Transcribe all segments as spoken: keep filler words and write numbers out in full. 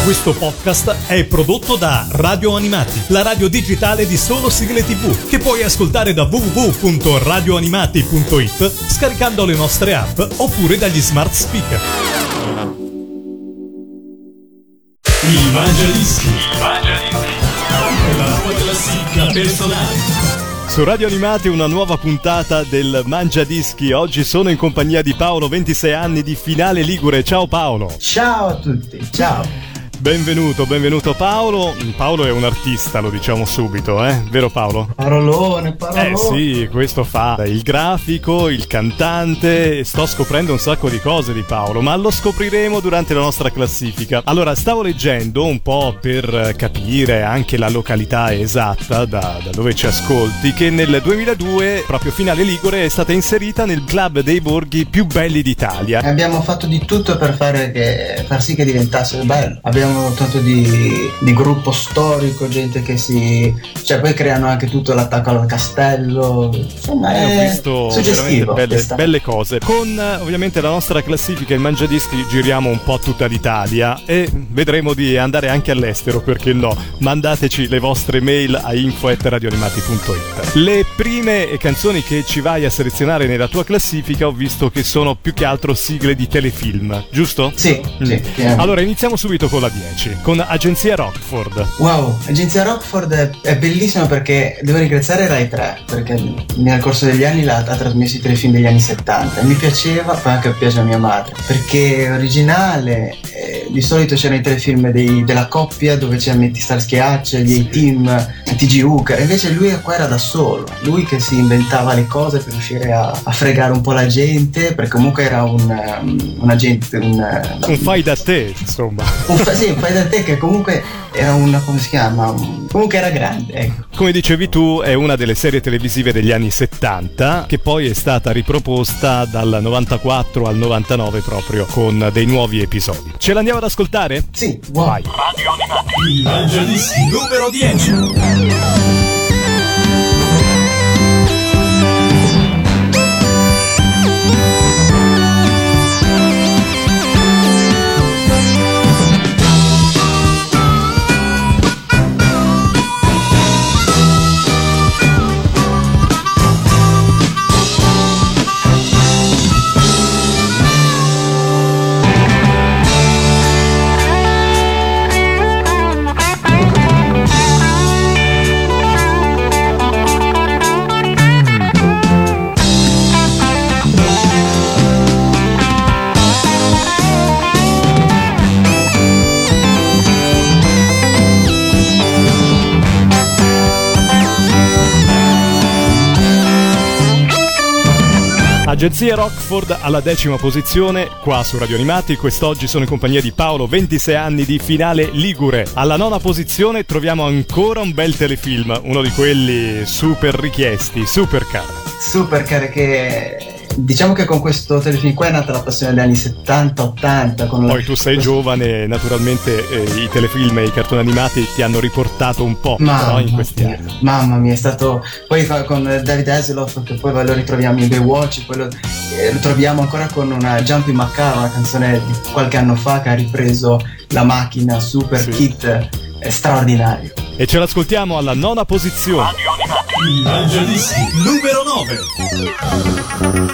Questo podcast è prodotto da Radio Animati, la radio digitale di solo sigle tivù, che puoi ascoltare da w w w punto radio animati punto i t scaricando le nostre app oppure dagli smart speaker. Il Mangiadischi, il Mangiadischi, la tua classifica personale. Su Radio Animati una nuova puntata del Mangiadischi. Oggi sono in compagnia di Paolo, ventisei anni, di Finale Ligure. Ciao Paolo. Ciao a tutti, ciao. Benvenuto, benvenuto Paolo. Paolo è un artista, lo diciamo subito, eh? Vero Paolo? Parolone, parolone. Eh sì, questo fa il grafico, il cantante. Sto scoprendo un sacco di cose di Paolo, ma lo scopriremo durante la nostra classifica. Allora, stavo leggendo un po' per capire anche la località esatta da, da dove ci ascolti, che nel duemiladue proprio Finale Ligure è stata inserita nel club dei borghi più belli d'Italia. Abbiamo fatto di tutto per fare che, far sì che diventasse bello. Abbiamo tanto di, di gruppo storico, gente che si, cioè poi creano anche tutto l'attacco al castello, insomma eh, è ho visto suggestivo, belle, belle cose. Con ovviamente la nostra classifica, il Mangiadischi, giriamo un po' tutta l'Italia e vedremo di andare anche all'estero, perché no. Mandateci le vostre mail a info at radioanimati punto i t. Le prime canzoni che ci vai a selezionare nella tua classifica ho visto che sono più che altro sigle di telefilm, giusto? Sì, mm. sì. Allora iniziamo subito con la dieci, con Agenzia Rockford. Wow, Agenzia Rockford è, è bellissima perché devo ringraziare Rai tre, perché nel corso degli anni l'ha, ha trasmesso i telefilm degli anni settanta. Mi piaceva, poi anche piace a mia madre, perché è originale. Eh, di solito c'erano i telefilm dei, della coppia dove c'è Metti Starsky e Hutch, gli A-Team, T G Hooker, invece lui qua era da solo, lui che si inventava le cose per riuscire a, a fregare un po' la gente, perché comunque era un, um, un agente, un, un fai da te, insomma. Un fa, sì, un fai da te che comunque era una, come si chiama? Comunque era grande, ecco. Come dicevi tu, è una delle serie televisive degli anni settanta, che poi è stata riproposta dal novantaquattro al novantanove proprio con dei nuovi episodi. Ce l'andiamo ad ascoltare? Sì, wow. Vai. Radio Animati, il Mangiadischi numero dieci. Agenzia Rockford alla decima posizione, qua su Radio Animati. Quest'oggi sono in compagnia di Paolo, ventisei anni, di Finale Ligure. Alla nona posizione troviamo ancora un bel telefilm, uno di quelli super richiesti, super cari. Super cari, che diciamo che con questo telefilm qua è nata la passione degli anni settanta ottanta. Con Poi la... tu sei questo... giovane, naturalmente eh, i telefilm e i cartoni animati ti hanno riportato un po', mamma, no, in questi mia, anni. Mamma mia, è stato poi con David Hasselhoff, che poi lo ritroviamo in Baywatch, poi lo, eh, lo troviamo ancora con una Jumping Macabra, una canzone di qualche anno fa che ha ripreso la macchina Super sì. Kit, è straordinario. E ce l'ascoltiamo alla nona posizione. Radio Animati, il Mangiadischi numero nove.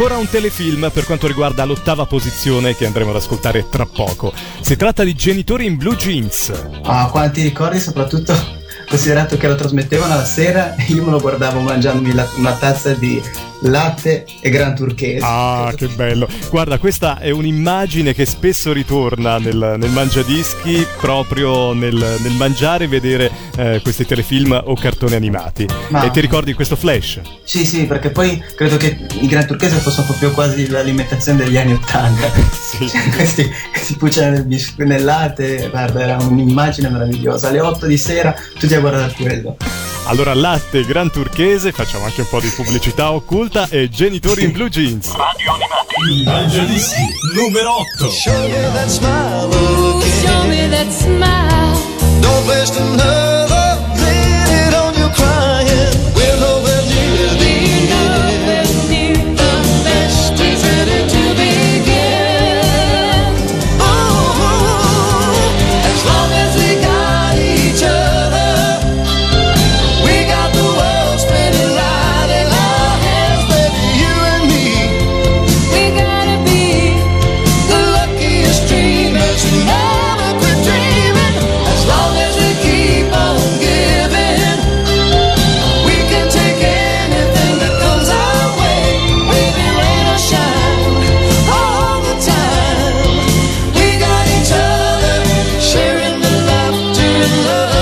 ancora un telefilm per quanto riguarda l'ottava posizione che andremo ad ascoltare tra poco. Si tratta di Genitori in Blue Jeans. Ah, quanti ricordi, soprattutto considerato che lo trasmettevano la sera e io me lo guardavo mangiandomi la, una tazza di latte e Gran Turchese. Ah, che bello. Guarda, questa è un'immagine che spesso ritorna nel, nel mangiadischi, proprio nel, nel mangiare e vedere eh, questi telefilm o cartoni animati. Ma... E ti ricordi questo flash? Sì, sì, perché poi credo che i Gran Turchese fossero proprio quasi l'alimentazione degli anni Ottanta. Sì. Cioè, questi si pucciano nel, bis- nel latte, guarda, era un'immagine meravigliosa. Alle otto di sera tutti a guardare quello. Allora, latte Gran Turchese, facciamo anche un po' di pubblicità occulta, e Genitori in Blue Jeans. Radio Animati. Mangiadischi numero otto. Show me that smile again. Show me that smile. Don't waste another minute on you crying. We're nowhere near the end. The best is ready to begin. Oh, as long as we got each other, we got the world spinning right in our hands, baby, you and me. We gotta be The luckiest dreamers who never quit dreaming. As long as we keep on giving, we can take anything that comes our way. Baby, rain or shine, all the time. We got each other, sharing the laughter and love.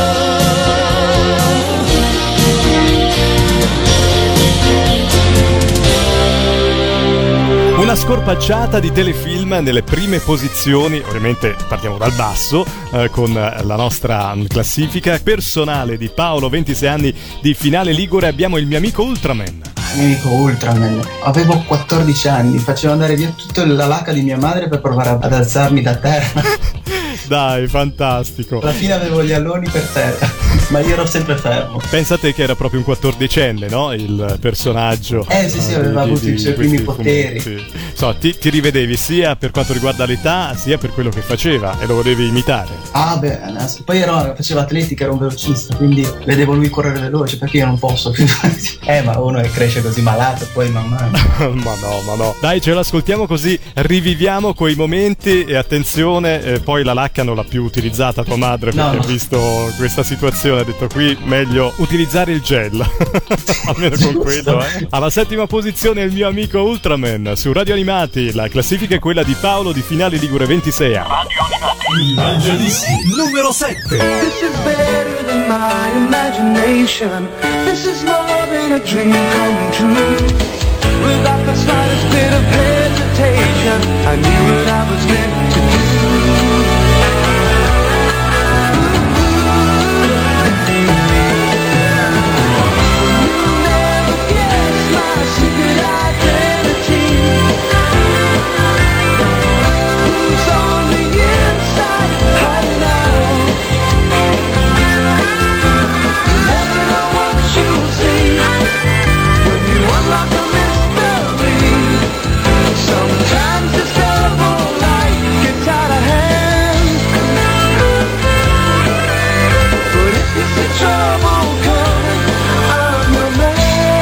Una scorpacciata di telefilm nelle prime posizioni, ovviamente partiamo dal basso, eh, con la nostra classifica personale di Paolo, ventisei anni di Finale Ligure. Abbiamo il mio amico Ultraman. Mio amico Ultraman, avevo quattordici anni, facevo andare via tutta la lacca di mia madre per provare ad alzarmi da terra. Dai, fantastico. Alla fine avevo gli alloni per terra, ma io ero sempre fermo. Pensa a te che era proprio un quattordicenne, no? Il personaggio. Eh sì sì, eh, aveva di- avuto di- i suoi di primi questi poteri. fumetti. So, ti, ti rivedevi sia per quanto riguarda l'età, sia per quello che faceva, e lo volevi imitare. Ah beh, adesso- poi ero, faceva atletica, ero un velocista, quindi vedevo lui correre veloce, perché io non posso più. Eh, ma uno che cresce così malato, poi man mano. Ma no, ma no. Dai, ce l'ascoltiamo così riviviamo quei momenti. E attenzione, eh, poi la lacca non l'ha più utilizzata tua madre, perché No, no. ha visto questa situazione, ha detto qui meglio utilizzare il gel. Almeno con Giusto. quello, eh. Alla settima posizione il mio amico Ultraman. Su Radio Animati la classifica è quella di Paolo di Finale Ligure, ventisei anni. Radio Animati. Mangiadischi numero sette. This is better than my imagination. This is more than a dream come true. Without the slightest bit of hesitation, I knew what I was meant to do. You'll never guess my secret identity. Who's on the inside hiding out? Never know what you'll see when you unlock the mystery. Sometimes this terrible life gets out of hand. But if you see trouble coming, I'm your man.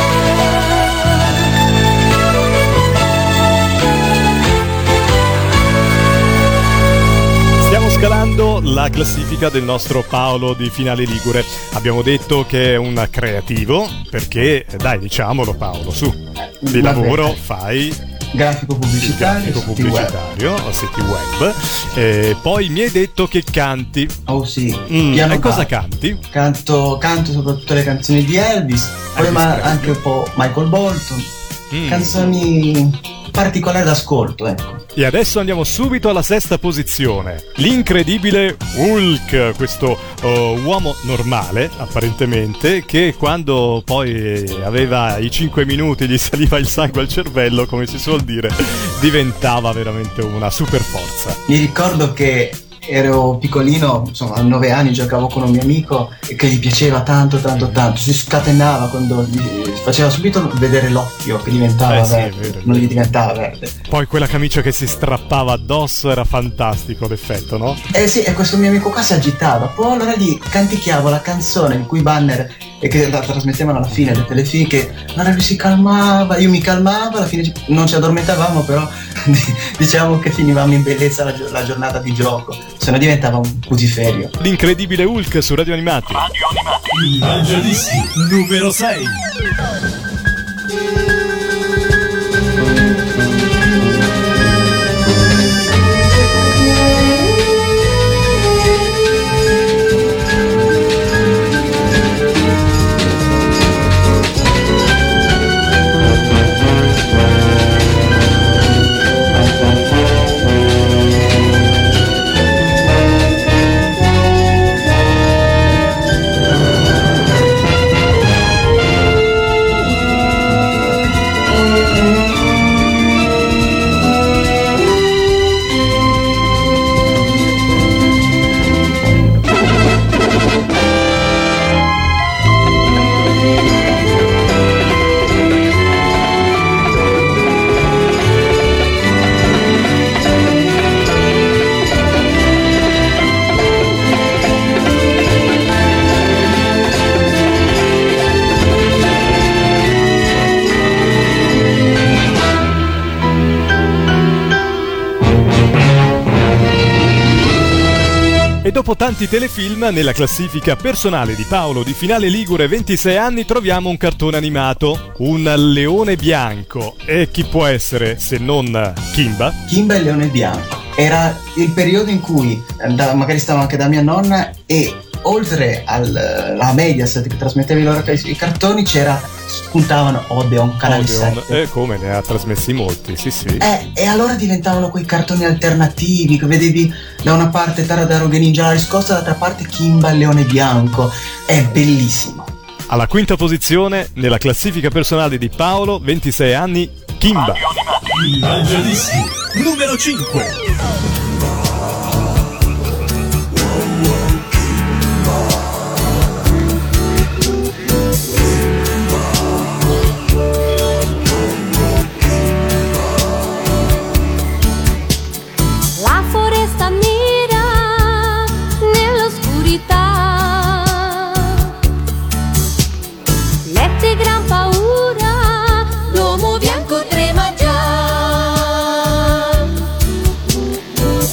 Stiamo scalando la classifica del nostro Paolo di Finale Ligure. Abbiamo detto che è un creativo, perché, dai, diciamolo Paolo, su, di Vabbè. lavoro fai Grafico il pubblicitario, grafico siti web. pubblicitario, o siti web, e poi mi hai detto che canti. Oh sì, Mm, piano e cosa bar. canti? Canto, canto soprattutto le canzoni di Elvis, poi Elvis ma Presley. anche un po' Michael Bolton, Mm. canzoni particolari d'ascolto, ecco. E adesso andiamo subito alla sesta posizione. L'incredibile Hulk, questo oh, uomo normale, apparentemente, che quando poi aveva i cinque minuti gli saliva il sangue al cervello, come si suol dire, diventava veramente una super forza. Mi ricordo che ero piccolino, insomma a nove anni giocavo con un mio amico e che gli piaceva tanto tanto tanto, si scatenava quando gli faceva subito vedere l'occhio che diventava Eh sì, è verde, vero, è non gli vero. diventava verde. Poi quella camicia che si strappava addosso era fantastico l'effetto, no? Eh sì, e questo mio amico qua si agitava, poi allora gli canticchiavo la canzone il cui banner e che la trasmettevano alla fine del telefilm, che allora lui si calmava, io mi calmavo, alla fine non ci addormentavamo, però diciamo che finivamo in bellezza la, la giornata di gioco, se no diventava un putiferio. L'incredibile Hulk su Radio Animati. Radio Animati. Mangiadischi numero sei. E dopo tanti telefilm, nella classifica personale di Paolo di Finale Ligure ventisei anni troviamo un cartone animato, un leone bianco. E chi può essere se non Kimba? Kimba e il leone bianco. Era il periodo in cui da, magari stavo anche da mia nonna e oltre alla Mediaset che trasmetteva i loro i cartoni c'era, spuntavano Odeon, Canale Odeon. sette. Eh, come ne ha trasmessi molti, sì sì. Eh, e allora diventavano quei cartoni alternativi che vedevi da una parte Taradaro che ninja riscossa, dall'altra parte Kimba il leone bianco. È bellissimo. Alla quinta posizione, nella classifica personale di Paolo, ventisei anni, Kimba. Mangiadischi numero cinque. La foresta nera nell'oscurità, mette gran paura, l'uomo bianco trema già.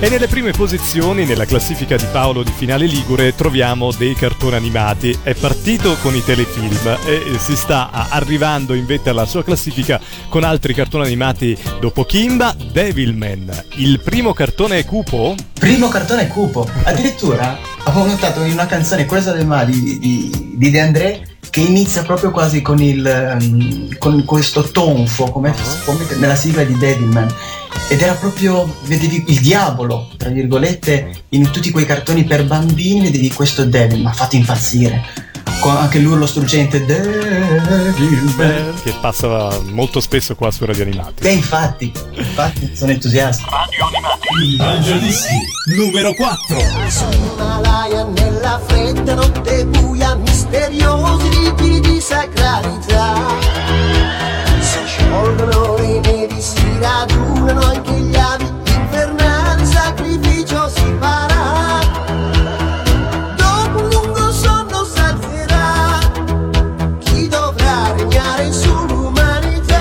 E nelle prime posizioni, nella classifica di Paolo di Finale Ligure, troviamo dei cartoni animati. È partito con i telefilm e si sta arrivando in vetta alla sua classifica con altri cartoni animati dopo Kimba. Devilman, il primo cartone è cupo? Primo cartone cupo, addirittura avevo notato in una canzone, questa del Ma di, di, di De André, che inizia proprio quasi con il um, con questo tonfo come, uh-huh. come nella sigla di Devilman, ed era proprio, vedevi il diavolo tra virgolette in tutti quei cartoni per bambini, vedevi questo Devil, ma fatto impazzire, con anche l'urlo struggente Devilman che passa molto spesso qua su Radio Animati. Beh, infatti infatti sono entusiasta. Radio Animati, Angelisti numero quattro. L'Himalaya nella fredda notte buia, misteriosi riti di sacralità. Si sciolgono le nevi, si radunano anche gli avi, infernale sacrificio si farà. Dopo un lungo sonno salterà chi dovrà regnare sull'umanità.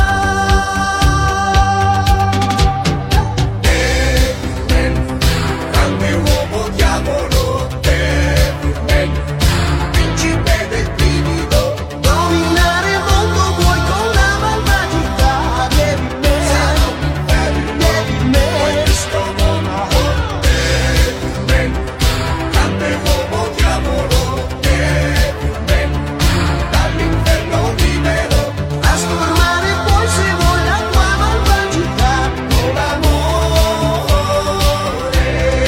Devilman, grande uomo diavolo, Devilman, principe del brivido, dominare il mondo vuoi con la malvagità. Devilman, Devilman, questo monaco, Devilman, grande uomo diavolo, Devilman, dall'inferno libero, trasformare poi se vuoi la tua malvagità con l'amore.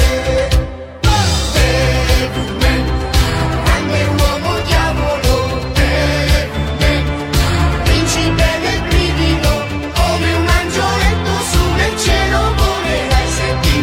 Devilman, grande uomo diavolo, Devilman, principe del brivido, come un angioletto su nel cielo volerai se ti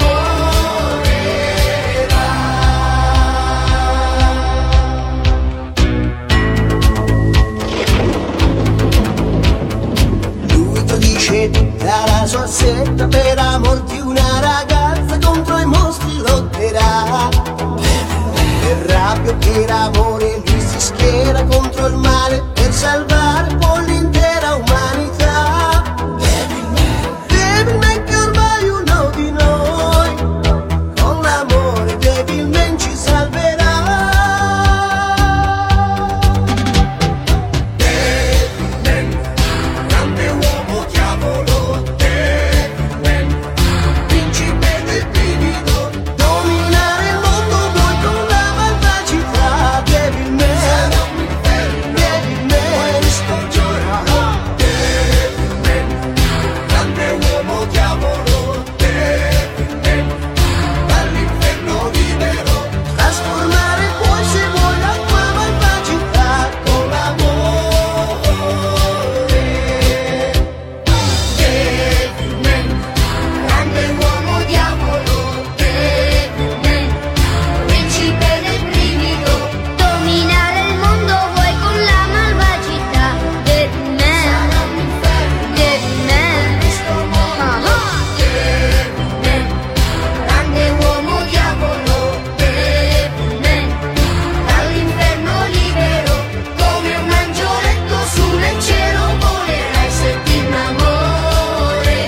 innamorerai. Lui ti dice dalla sua setta per amor di una ragazza contro i mostri lotterà. Per rabbia o per amore lui si schiera contro il male per salvare poi l'intera umanità. Devilman che ormai è uno di noi, con l'amore Devilman ci salverà. Devilman, grande uomo diavolo, Devilman, principe del brivido, dominare il mondo vuoi con la malvagità. Devilman, Devilman, sto giorno, Devilman, grande uomo diavolo, Devilman, dall'inferno libero, trasformare poi se vuoi la tua malvagità con l'amore. Devilman, grande uomo diavolo, Devilman, principe del brivido, Dominare il mondo vuoi con la malvagità. Devilman, Devilman, Devilman, grande uomo diavolo, Devilman, dall'inferno libero, come un angioletto su nel cielo volerai se ti innamorerai.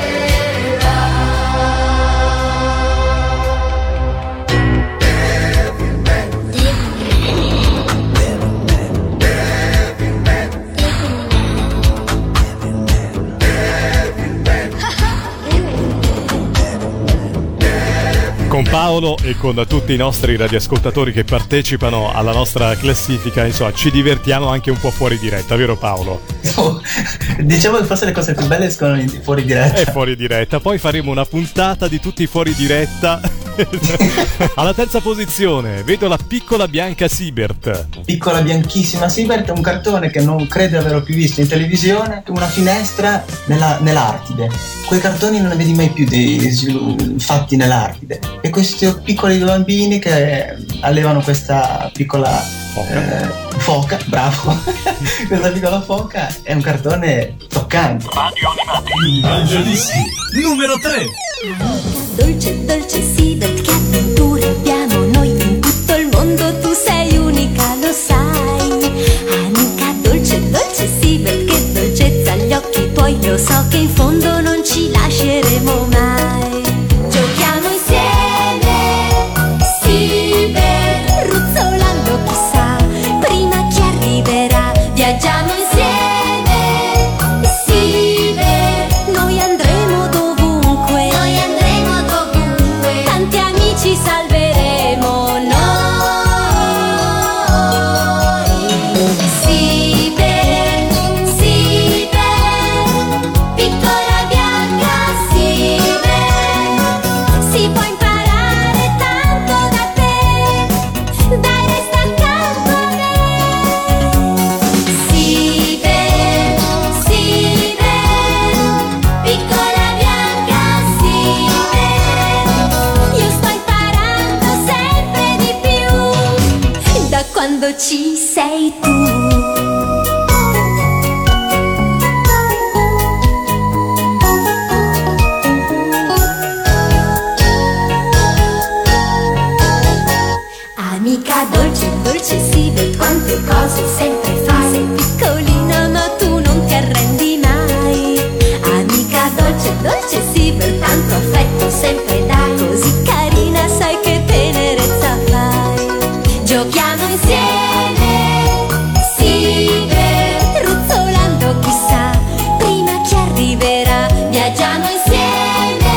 Con Paolo e con tutti i nostri radioascoltatori che partecipano alla nostra classifica, insomma, ci divertiamo anche un po' fuori diretta, vero Paolo? Oh, diciamo che forse le cose più belle escono in- fuori diretta. È fuori diretta, poi faremo una puntata di tutti i fuori diretta. Alla terza posizione vedo la piccola bianca Siebert. Piccola bianchissima Siebert è un cartone che non credo averò più visto in televisione, una finestra nella, nell'Artide. Quei cartoni non ne vedi mai più dei, fatti nell'Artide. E questi piccoli bambini che allevano questa piccola foca, eh, foca bravo. Questa piccola foca è un cartone toccante. Radio Animati, Angelisti numero tre. dolce, dolce Siebert, che avventure abbiamo noi in tutto il mondo. Tu sei unica, lo sai. Amica dolce, dolce Siebert, che dolcezza agli occhi tuoi. Lo so che in fondo non ci lasceremo mai. Giochiamo insieme sei tu. Amica dolce, dolce Sibel, quante cose sempre fai. Sei piccolina ma tu non ti arrendi mai. Amica dolce, dolce Sibel, tanto affetto sempre dai. Così carina sai che tenerezza fai. Giochiamo insieme, Sibel, ruzzolando chissà prima chi arriverà. Viaggiamo insieme,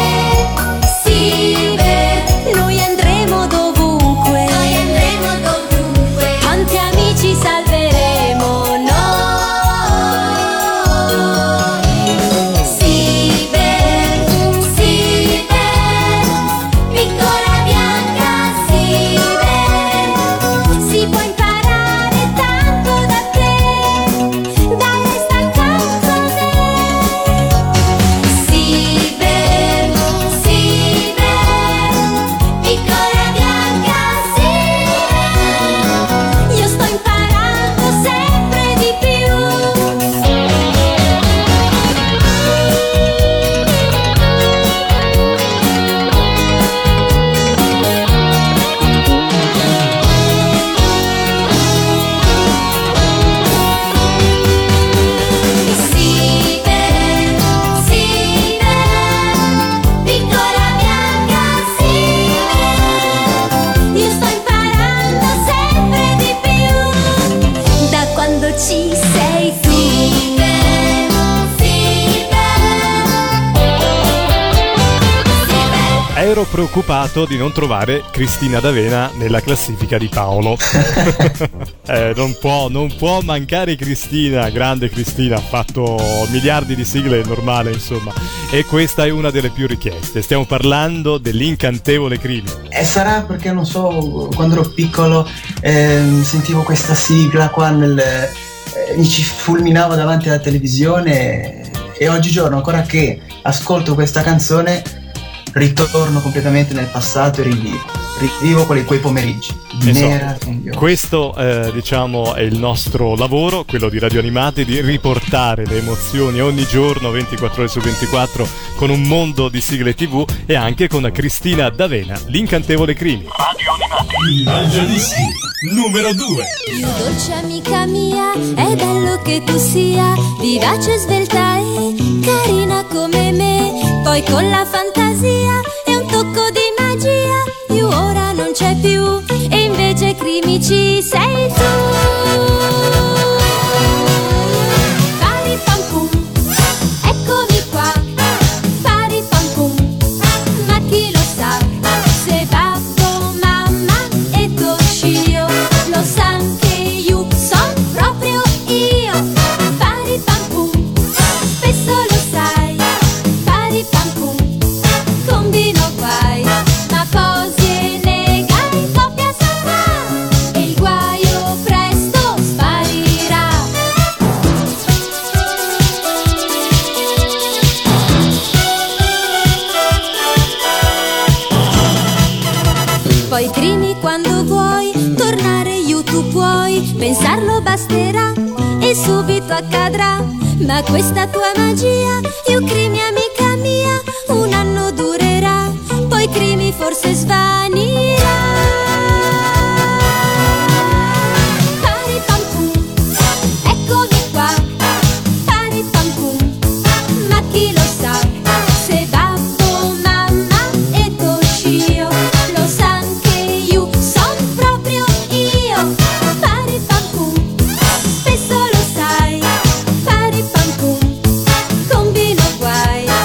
Sibel, noi andremo dovunque. Noi andremo dovunque. Quanti amici salveremo noi. Sibel, Sibel, piccola bianca Sibel, si può imparare tanto da te. Dai, resta accanto a me. Sibel, Sibel, piccola bianca Sibel, io sto imparando sempre di più. Sibel, Sibel, piccola bianca Sibel, io sto imparando sempre di più. Da quando ci sei tu. Sibel, Sibel, Ero preoccupato di non trovare Cristina D'Avena nella classifica di Paolo. eh, non può, non può mancare Cristina, grande Cristina, ha fatto miliardi di sigle, è normale insomma. E questa è una delle più richieste. Stiamo parlando dell'incantevole Crimi. E sarà perché, non so, quando ero piccolo ehm, sentivo questa sigla qua nel, eh, mi ci fulminavo davanti alla televisione, e oggigiorno ancora che ascolto questa canzone ritorno completamente nel passato e rivivo, rivivo quei, quei pomeriggi. Meraviglioso. Questo eh, diciamo è il nostro lavoro, quello di Radio Animati, di riportare le emozioni ogni giorno ventiquattro ore su ventiquattro con un mondo di sigle tv, e anche con Cristina D'Avena, l'incantevole Crimi. Radio Animati. Il Mangiadischi numero due. Più dolce amica mia, è bello che tu sia vivace, svelta e carina come me. Poi con la fantasia e un tocco di magia, più ora non c'è più, e invece Crimi ci sei tu. Pari pam pum, eccomi qua. Pari pam pum, ma chi lo sa, se babbo, mamma e Toshio lo san che io son proprio io. Pari pam pum, spesso lo sai. Pari pam pum, combino guai, ma cosi e negai, coppia sarà, e il guaio presto sparirà. Poi Crimi quando vuoi tornare io tu puoi, pensarlo basterà e subito accadrà. Ma questa tua magia, io Crimi amica mia, un anno durerà, poi Crimi forse svanirà. Pari pam pum, eccomi qua. Pari pam pum, ma chi lo sa, se babbo, mamma e Toshio lo san che io son proprio io. Pari pam pum, spesso lo sai. Pari pam pum, combino guai,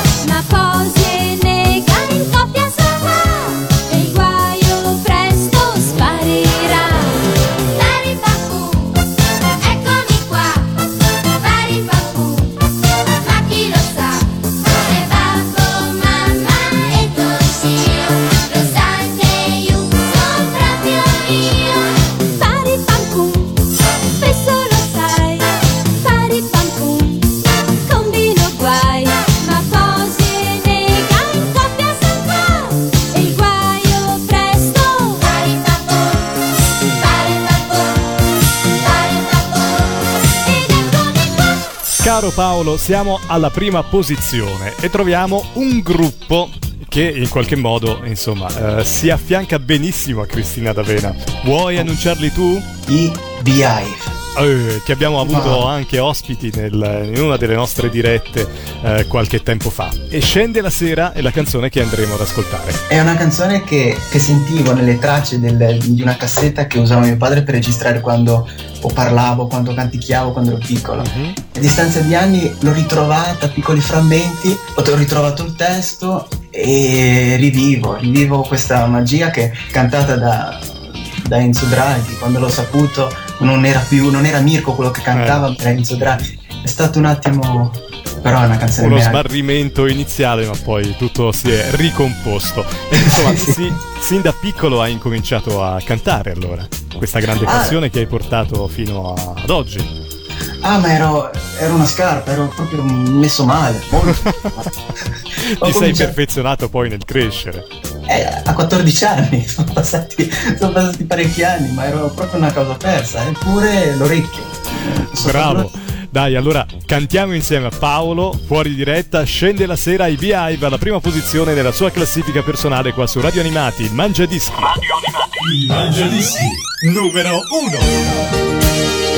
Caro Paolo, siamo alla prima posizione e troviamo un gruppo che in qualche modo, insomma, eh, si affianca benissimo a Cristina D'Avena. Vuoi annunciarli tu? I Beehive. Eh, che abbiamo avuto Wow. anche ospiti nel, in una delle nostre dirette eh, qualche tempo fa. E Scende la sera è la canzone che andremo ad ascoltare. È una canzone che, che sentivo nelle tracce del- di una cassetta che usava mio padre per registrare quando o parlavo, quando canticchiavo, quando ero piccolo. Mhm. A distanza di anni l'ho ritrovata, piccoli frammenti, ho ho ritrovato il testo e rivivo, rivivo questa magia che è cantata da, da Enzo Draghi. Quando l'ho saputo non era più, non era Mirko quello che cantava, Eh. era Enzo Draghi. È stato un attimo, però è una canzone Uno meravigliosa. smarrimento iniziale, ma poi tutto si è ricomposto. E insomma, Sì. si- sin da piccolo hai incominciato a cantare allora. Questa grande Ah. passione che hai portato fino a- ad oggi. Ah, ma ero, ero una scarpa, ero proprio messo male. molto. Ho Ti sei cominciato- perfezionato poi nel crescere. Eh, a quattordici anni, sono passati, sono passati parecchi anni, ma ero proprio una cosa persa, eppure l'orecchio. Sono Bravo. proprio- Dai, allora cantiamo insieme a Paolo, fuori diretta, Scende la sera ai Beehive alla prima posizione della sua classifica personale qua su Radio Animati, il Mangiadischi. Il Mangiadischi numero uno.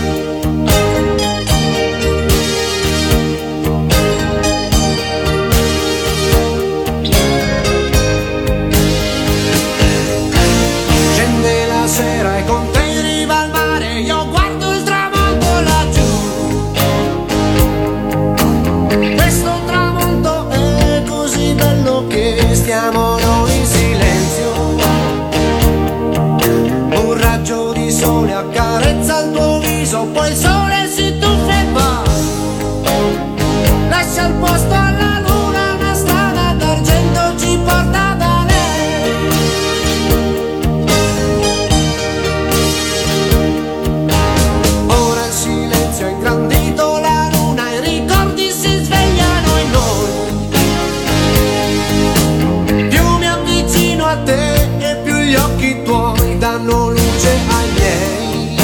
Scende la sera e con te in riva al mare io guardo il tramonto laggiù. Questo tramonto è così bello che stiamo noi in silenzio. Un raggio di sole accarezza il tuo viso, poi il sole si tuffa e va. Lascia il posto alla luna, una strada d'argento ci porta da lei. Ora il silenzio ha ingrandito la luna, i ricordi si svegliano in noi. Più mi avvicino a te e più gli occhi tuoi danno luce ai miei.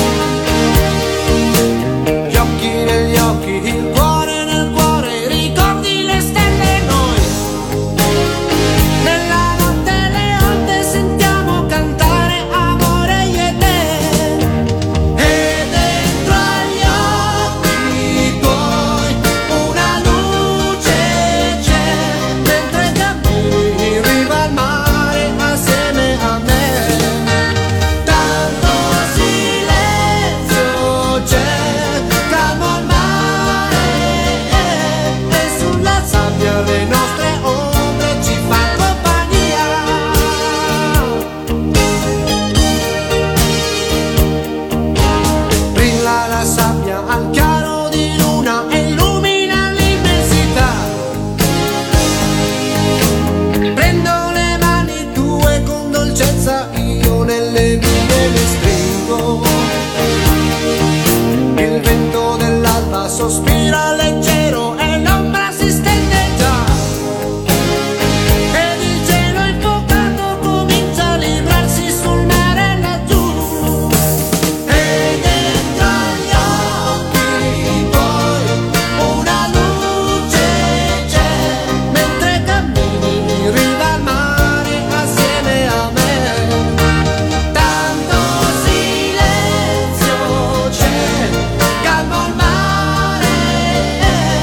Gli occhi negli occhi, il cuore nel cuore, i ricordi, le stelle e noi. Nella notte le onde sentiamo cantare amore io e te. E dentro agli occhi tuoi una luce c'è, mentre cammini in riva al mare assieme a me. Tanto silenzio c'è, calmo al mare, e sulla sabbia le nostre ombre ci fanno compagnia. Brilla la sabbia al chiaro di luna e illumina l'immensità. Prendo le mani tue con dolcezza, io nelle mie le stringo. Il vento dell'alba sospira leggero e l'ombra si stende già. Ed il cielo infuocato comincia a librarsi sul mare laggiù. E dentro agli occhi tuoi una luce c'è, mentre cammini in riva al mare assieme a me. Tanto silenzio c'è, calmo al mare,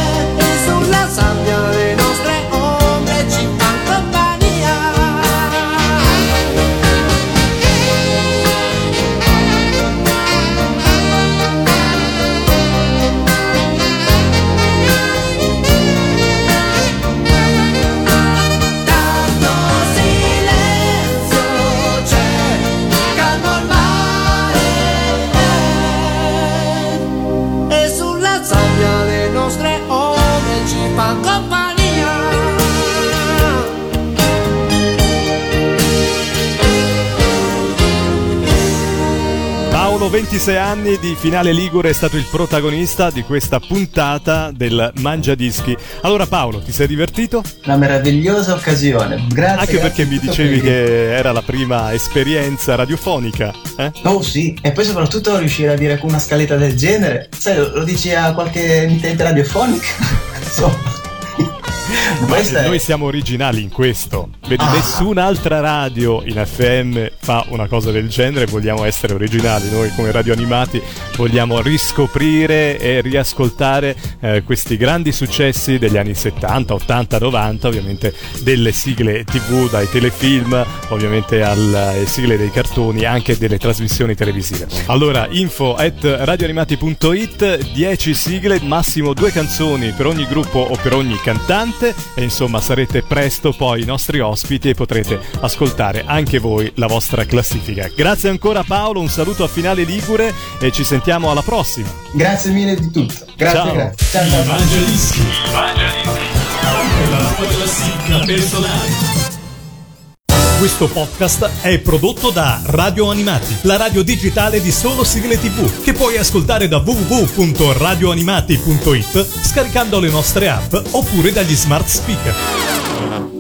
ventisei anni di Finale Ligure, è stato il protagonista di questa puntata del Mangiadischi. Allora Paolo, ti sei divertito? Una meravigliosa occasione, grazie. Anche grazie perché mi tutto dicevi per il- che era la prima esperienza radiofonica, eh? Oh sì, e poi soprattutto riuscire a dire con una scaletta del genere, sai, lo, lo dici a qualche emittente radiofonica? Insomma. Ma Questa è- noi siamo originali in questo. Vedi, Ah. nessun'altra radio in F M fa una cosa del genere. Vogliamo essere originali. Noi come Radio Animati vogliamo riscoprire e riascoltare eh, questi grandi successi degli anni settanta, ottanta, novanta, ovviamente delle sigle tivù, dai telefilm, ovviamente alle sigle dei cartoni, anche delle trasmissioni televisive. Allora, info at radioanimati.it, dieci sigle, massimo due canzoni per ogni gruppo o per ogni cantante, e insomma sarete presto poi i nostri ospiti e potrete ascoltare anche voi la vostra classifica. Grazie ancora Paolo, un saluto a Finale Ligure e ci sentiamo alla prossima. Grazie mille di tutto. Grazie, Ciao. grazie. Ciao, ciao. Mangiadischi. La tua classifica personale. Questo podcast è prodotto da Radio Animati, la radio digitale di solo sigle tivù, che puoi ascoltare da w w w punto radioanimati punto it scaricando le nostre app oppure dagli smart speaker.